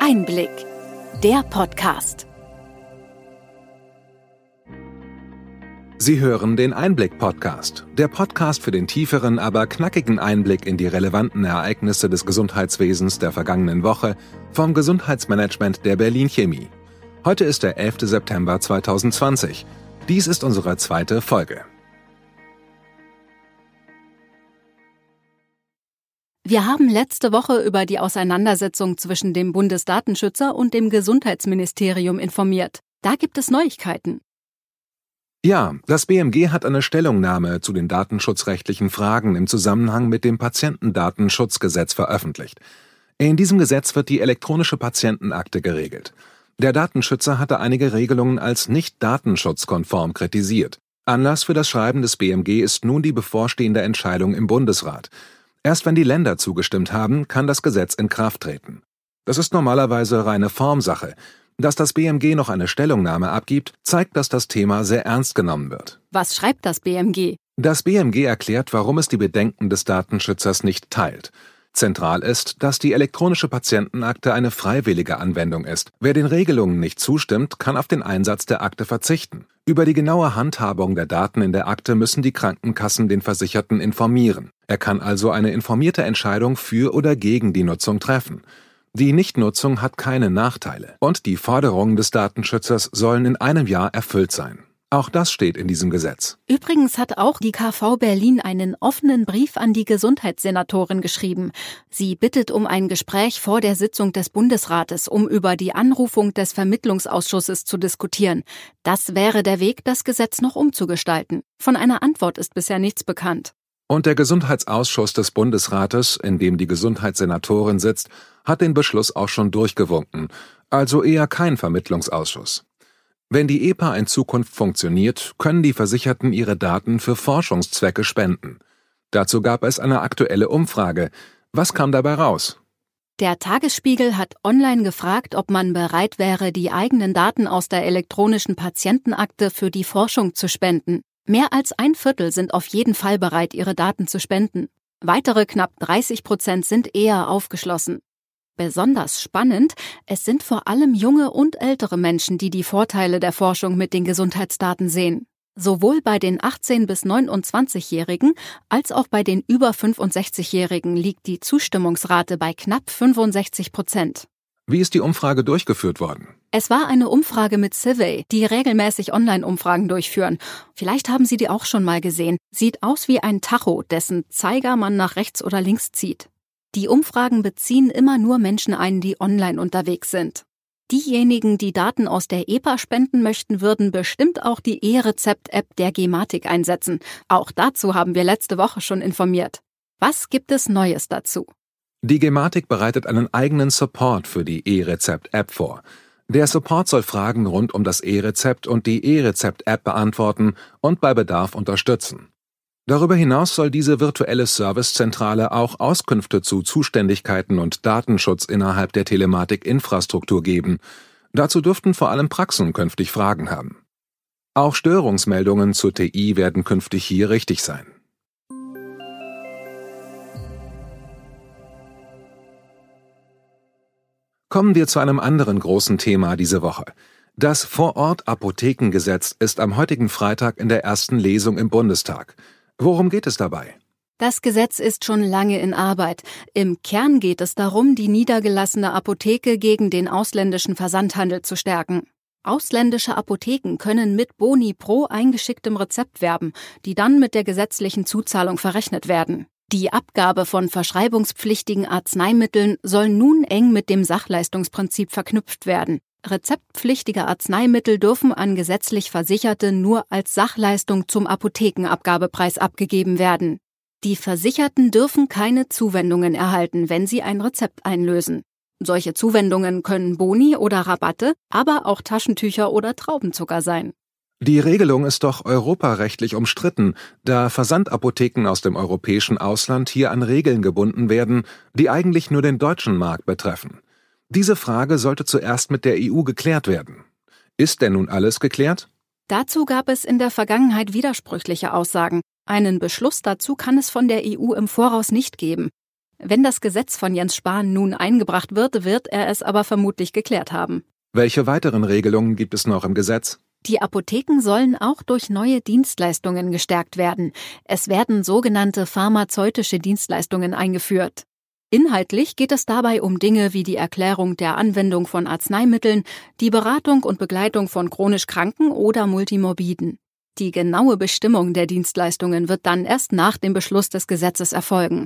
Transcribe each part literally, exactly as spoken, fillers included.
Einblick, der Podcast. Sie hören den Einblick-Podcast, der Podcast für den tieferen, aber knackigen Einblick in die relevanten Ereignisse des Gesundheitswesens der vergangenen Woche vom Gesundheitsmanagement der Berlin Chemie. Heute ist der elfter September zweitausendzwanzig. Dies ist unsere zweite Folge. Wir haben letzte Woche über die Auseinandersetzung zwischen dem Bundesdatenschützer und dem Gesundheitsministerium informiert. Da gibt es Neuigkeiten. Ja, das B M G hat eine Stellungnahme zu den datenschutzrechtlichen Fragen im Zusammenhang mit dem Patientendatenschutzgesetz veröffentlicht. In diesem Gesetz wird die elektronische Patientenakte geregelt. Der Datenschützer hatte einige Regelungen als nicht datenschutzkonform kritisiert. Anlass für das Schreiben des B M G ist nun die bevorstehende Entscheidung im Bundesrat. Erst wenn die Länder zugestimmt haben, kann das Gesetz in Kraft treten. Das ist normalerweise reine Formsache. Dass das B M G noch eine Stellungnahme abgibt, zeigt, dass das Thema sehr ernst genommen wird. Was schreibt das B M G? Das B M G erklärt, warum es die Bedenken des Datenschützers nicht teilt. Zentral ist, dass die elektronische Patientenakte eine freiwillige Anwendung ist. Wer den Regelungen nicht zustimmt, kann auf den Einsatz der Akte verzichten. Über die genaue Handhabung der Daten in der Akte müssen die Krankenkassen den Versicherten informieren. Er kann also eine informierte Entscheidung für oder gegen die Nutzung treffen. Die Nichtnutzung hat keine Nachteile und die Forderungen des Datenschützers sollen in einem Jahr erfüllt sein. Auch das steht in diesem Gesetz. Übrigens hat auch die K V Berlin einen offenen Brief an die Gesundheitssenatorin geschrieben. Sie bittet um ein Gespräch vor der Sitzung des Bundesrates, um über die Anrufung des Vermittlungsausschusses zu diskutieren. Das wäre der Weg, das Gesetz noch umzugestalten. Von einer Antwort ist bisher nichts bekannt. Und der Gesundheitsausschuss des Bundesrates, in dem die Gesundheitssenatorin sitzt, hat den Beschluss auch schon durchgewunken, also eher kein Vermittlungsausschuss. Wenn die E P A in Zukunft funktioniert, können die Versicherten ihre Daten für Forschungszwecke spenden. Dazu gab es eine aktuelle Umfrage. Was kam dabei raus? Der Tagesspiegel hat online gefragt, ob man bereit wäre, die eigenen Daten aus der elektronischen Patientenakte für die Forschung zu spenden. Mehr als ein Viertel sind auf jeden Fall bereit, ihre Daten zu spenden. Weitere knapp dreißig Prozent sind eher aufgeschlossen. Besonders spannend, es sind vor allem junge und ältere Menschen, die die Vorteile der Forschung mit den Gesundheitsdaten sehen. Sowohl bei den achtzehn- bis neunundzwanzigjährigen als auch bei den über fünfundsechzigjährigen liegt die Zustimmungsrate bei knapp fünfundsechzig Prozent. Wie ist die Umfrage durchgeführt worden? Es war eine Umfrage mit Civey, die regelmäßig Online-Umfragen durchführen. Vielleicht haben Sie die auch schon mal gesehen. Sieht aus wie ein Tacho, dessen Zeiger man nach rechts oder links zieht. Die Umfragen beziehen immer nur Menschen ein, die online unterwegs sind. Diejenigen, die Daten aus der E P A spenden möchten, würden bestimmt auch die E-Rezept-App der Gematik einsetzen. Auch dazu haben wir letzte Woche schon informiert. Was gibt es Neues dazu? Die Gematik bereitet einen eigenen Support für die E-Rezept-App vor. Der Support soll Fragen rund um das E-Rezept und die E-Rezept-App beantworten und bei Bedarf unterstützen. Darüber hinaus soll diese virtuelle Servicezentrale auch Auskünfte zu Zuständigkeiten und Datenschutz innerhalb der Telematik-Infrastruktur geben. Dazu dürften vor allem Praxen künftig Fragen haben. Auch Störungsmeldungen zur T I werden künftig hier richtig sein. Kommen wir zu einem anderen großen Thema diese Woche. Das Vorort-Apothekengesetz ist am heutigen Freitag in der ersten Lesung im Bundestag. Worum geht es dabei? Das Gesetz ist schon lange in Arbeit. Im Kern geht es darum, die niedergelassene Apotheke gegen den ausländischen Versandhandel zu stärken. Ausländische Apotheken können mit Boni pro eingeschicktem Rezept werben, die dann mit der gesetzlichen Zuzahlung verrechnet werden. Die Abgabe von verschreibungspflichtigen Arzneimitteln soll nun eng mit dem Sachleistungsprinzip verknüpft werden. Rezeptpflichtige Arzneimittel dürfen an gesetzlich Versicherte nur als Sachleistung zum Apothekenabgabepreis abgegeben werden. Die Versicherten dürfen keine Zuwendungen erhalten, wenn sie ein Rezept einlösen. Solche Zuwendungen können Boni oder Rabatte, aber auch Taschentücher oder Traubenzucker sein. Die Regelung ist doch europarechtlich umstritten, da Versandapotheken aus dem europäischen Ausland hier an Regeln gebunden werden, die eigentlich nur den deutschen Markt betreffen. Diese Frage sollte zuerst mit der E U geklärt werden. Ist denn nun alles geklärt? Dazu gab es in der Vergangenheit widersprüchliche Aussagen. Einen Beschluss dazu kann es von der E U im Voraus nicht geben. Wenn das Gesetz von Jens Spahn nun eingebracht wird, wird er es aber vermutlich geklärt haben. Welche weiteren Regelungen gibt es noch im Gesetz? Die Apotheken sollen auch durch neue Dienstleistungen gestärkt werden. Es werden sogenannte pharmazeutische Dienstleistungen eingeführt. Inhaltlich geht es dabei um Dinge wie die Erklärung der Anwendung von Arzneimitteln, die Beratung und Begleitung von chronisch Kranken oder Multimorbiden. Die genaue Bestimmung der Dienstleistungen wird dann erst nach dem Beschluss des Gesetzes erfolgen.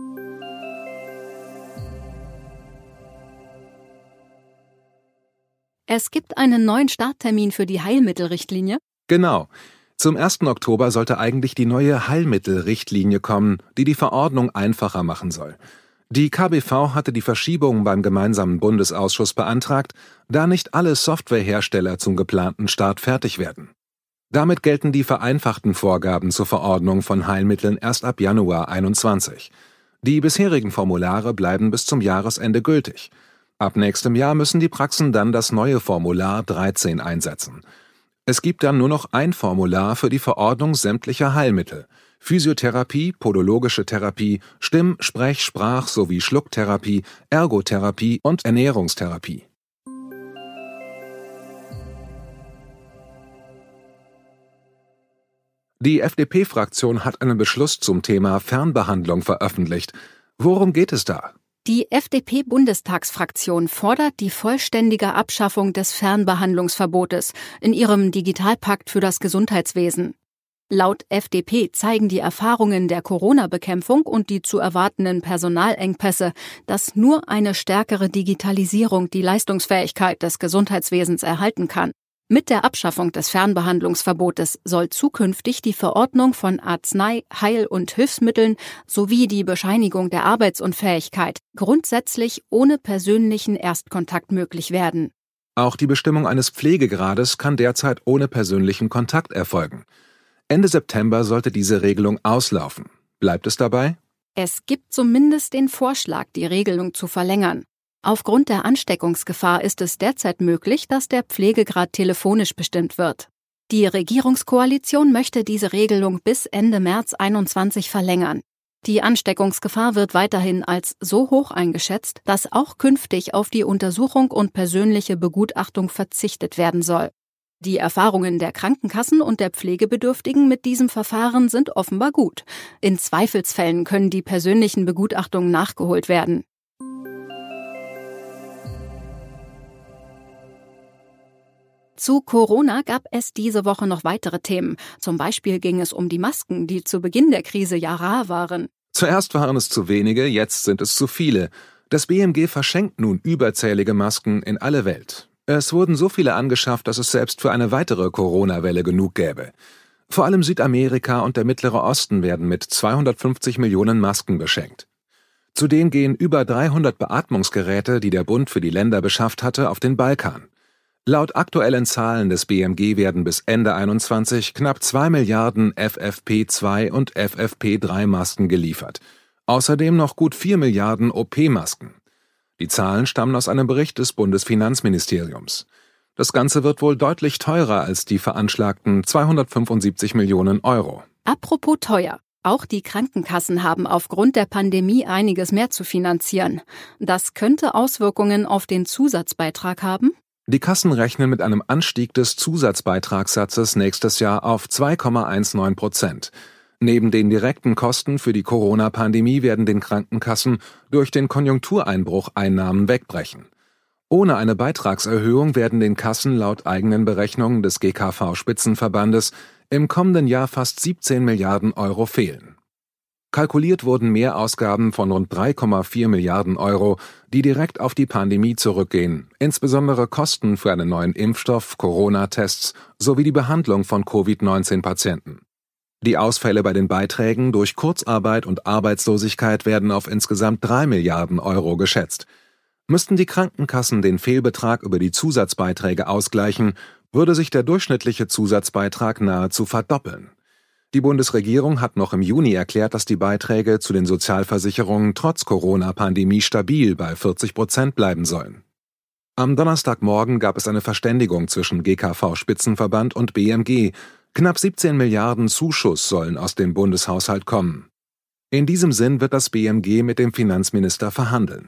Es gibt einen neuen Starttermin für die Heilmittelrichtlinie. Genau. Zum ersten Oktober sollte eigentlich die neue Heilmittelrichtlinie kommen, die die Verordnung einfacher machen soll. Die K B V hatte die Verschiebung beim gemeinsamen Bundesausschuss beantragt, da nicht alle Softwarehersteller zum geplanten Start fertig werden. Damit gelten die vereinfachten Vorgaben zur Verordnung von Heilmitteln erst ab Januar einundzwanzig. Die bisherigen Formulare bleiben bis zum Jahresende gültig. Ab nächstem Jahr müssen die Praxen dann das neue Formular dreizehn einsetzen. Es gibt dann nur noch ein Formular für die Verordnung sämtlicher Heilmittel: Physiotherapie, podologische Therapie, Stimm-, Sprech-, Sprach- sowie Schlucktherapie, Ergotherapie und Ernährungstherapie. Die F D P-Fraktion hat einen Beschluss zum Thema Fernbehandlung veröffentlicht. Worum geht es da? Die F D P-Bundestagsfraktion fordert die vollständige Abschaffung des Fernbehandlungsverbotes in ihrem Digitalpakt für das Gesundheitswesen. Laut F D P zeigen die Erfahrungen der Corona-Bekämpfung und die zu erwartenden Personalengpässe, dass nur eine stärkere Digitalisierung die Leistungsfähigkeit des Gesundheitswesens erhalten kann. Mit der Abschaffung des Fernbehandlungsverbotes soll zukünftig die Verordnung von Arznei-, Heil- und Hilfsmitteln sowie die Bescheinigung der Arbeitsunfähigkeit grundsätzlich ohne persönlichen Erstkontakt möglich werden. Auch die Bestimmung eines Pflegegrades kann derzeit ohne persönlichen Kontakt erfolgen. Ende September sollte diese Regelung auslaufen. Bleibt es dabei? Es gibt zumindest den Vorschlag, die Regelung zu verlängern. Aufgrund der Ansteckungsgefahr ist es derzeit möglich, dass der Pflegegrad telefonisch bestimmt wird. Die Regierungskoalition möchte diese Regelung bis Ende März einundzwanzig verlängern. Die Ansteckungsgefahr wird weiterhin als so hoch eingeschätzt, dass auch künftig auf die Untersuchung und persönliche Begutachtung verzichtet werden soll. Die Erfahrungen der Krankenkassen und der Pflegebedürftigen mit diesem Verfahren sind offenbar gut. In Zweifelsfällen können die persönlichen Begutachtungen nachgeholt werden. Zu Corona gab es diese Woche noch weitere Themen. Zum Beispiel ging es um die Masken, die zu Beginn der Krise ja rar waren. Zuerst waren es zu wenige, jetzt sind es zu viele. Das B M G verschenkt nun überzählige Masken in alle Welt. Es wurden so viele angeschafft, dass es selbst für eine weitere Corona-Welle genug gäbe. Vor allem Südamerika und der Mittlere Osten werden mit zweihundertfünfzig Millionen Masken beschenkt. Zudem gehen über dreihundert Beatmungsgeräte, die der Bund für die Länder beschafft hatte, auf den Balkan. Laut aktuellen Zahlen des B M G werden bis Ende einundzwanzig knapp zwei Milliarden F F P zwei und F F P drei Masken geliefert. Außerdem noch gut vier Milliarden O P-Masken. Die Zahlen stammen aus einem Bericht des Bundesfinanzministeriums. Das Ganze wird wohl deutlich teurer als die veranschlagten zweihundertfünfundsiebzig Millionen Euro. Apropos teuer. Auch die Krankenkassen haben aufgrund der Pandemie einiges mehr zu finanzieren. Das könnte Auswirkungen auf den Zusatzbeitrag haben? Die Kassen rechnen mit einem Anstieg des Zusatzbeitragssatzes nächstes Jahr auf zwei Komma neunzehn Prozent. Neben den direkten Kosten für die Corona-Pandemie werden den Krankenkassen durch den Konjunktureinbruch Einnahmen wegbrechen. Ohne eine Beitragserhöhung werden den Kassen laut eigenen Berechnungen des G K V-Spitzenverbandes im kommenden Jahr fast siebzehn Milliarden Euro fehlen. Kalkuliert wurden Mehrausgaben von rund drei Komma vier Milliarden Euro, die direkt auf die Pandemie zurückgehen, insbesondere Kosten für einen neuen Impfstoff, Corona-Tests sowie die Behandlung von Covid neunzehn Patienten. Die Ausfälle bei den Beiträgen durch Kurzarbeit und Arbeitslosigkeit werden auf insgesamt drei Milliarden Euro geschätzt. Müssten die Krankenkassen den Fehlbetrag über die Zusatzbeiträge ausgleichen, würde sich der durchschnittliche Zusatzbeitrag nahezu verdoppeln. Die Bundesregierung hat noch im Juni erklärt, dass die Beiträge zu den Sozialversicherungen trotz Corona-Pandemie stabil bei vierzig Prozent bleiben sollen. Am Donnerstagmorgen gab es eine Verständigung zwischen G K V-Spitzenverband und B M G. Knapp siebzehn Milliarden Zuschuss sollen aus dem Bundeshaushalt kommen. In diesem Sinn wird das B M G mit dem Finanzminister verhandeln.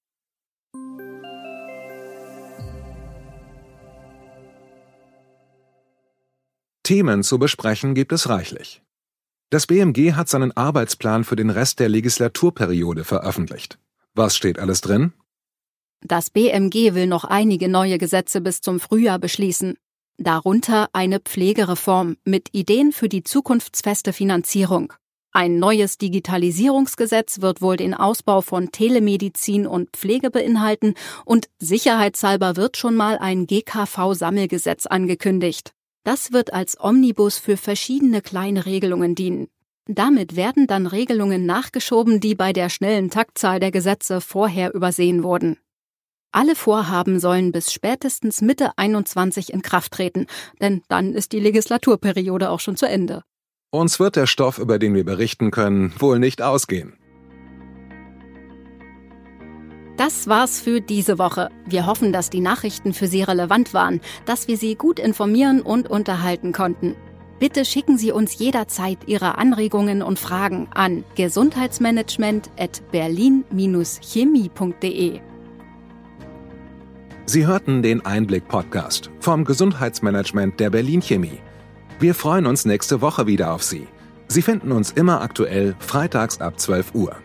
Themen zu besprechen gibt es reichlich. Das B M G hat seinen Arbeitsplan für den Rest der Legislaturperiode veröffentlicht. Was steht alles drin? Das B M G will noch einige neue Gesetze bis zum Frühjahr beschließen. Darunter eine Pflegereform mit Ideen für die zukunftsfeste Finanzierung. Ein neues Digitalisierungsgesetz wird wohl den Ausbau von Telemedizin und Pflege beinhalten und sicherheitshalber wird schon mal ein G K V-Sammelgesetz angekündigt. Das wird als Omnibus für verschiedene kleine Regelungen dienen. Damit werden dann Regelungen nachgeschoben, die bei der schnellen Taktzahl der Gesetze vorher übersehen wurden. Alle Vorhaben sollen bis spätestens Mitte einundzwanzig in Kraft treten, denn dann ist die Legislaturperiode auch schon zu Ende. Uns wird der Stoff, über den wir berichten können, wohl nicht ausgehen. Das war's für diese Woche. Wir hoffen, dass die Nachrichten für Sie relevant waren, dass wir Sie gut informieren und unterhalten konnten. Bitte schicken Sie uns jederzeit Ihre Anregungen und Fragen an gesundheitsmanagement at berlin Bindestrich chemie punkt de. Sie hörten den Einblick-Podcast vom Gesundheitsmanagement der Berlin Chemie. Wir freuen uns nächste Woche wieder auf Sie. Sie finden uns immer aktuell freitags ab zwölf Uhr.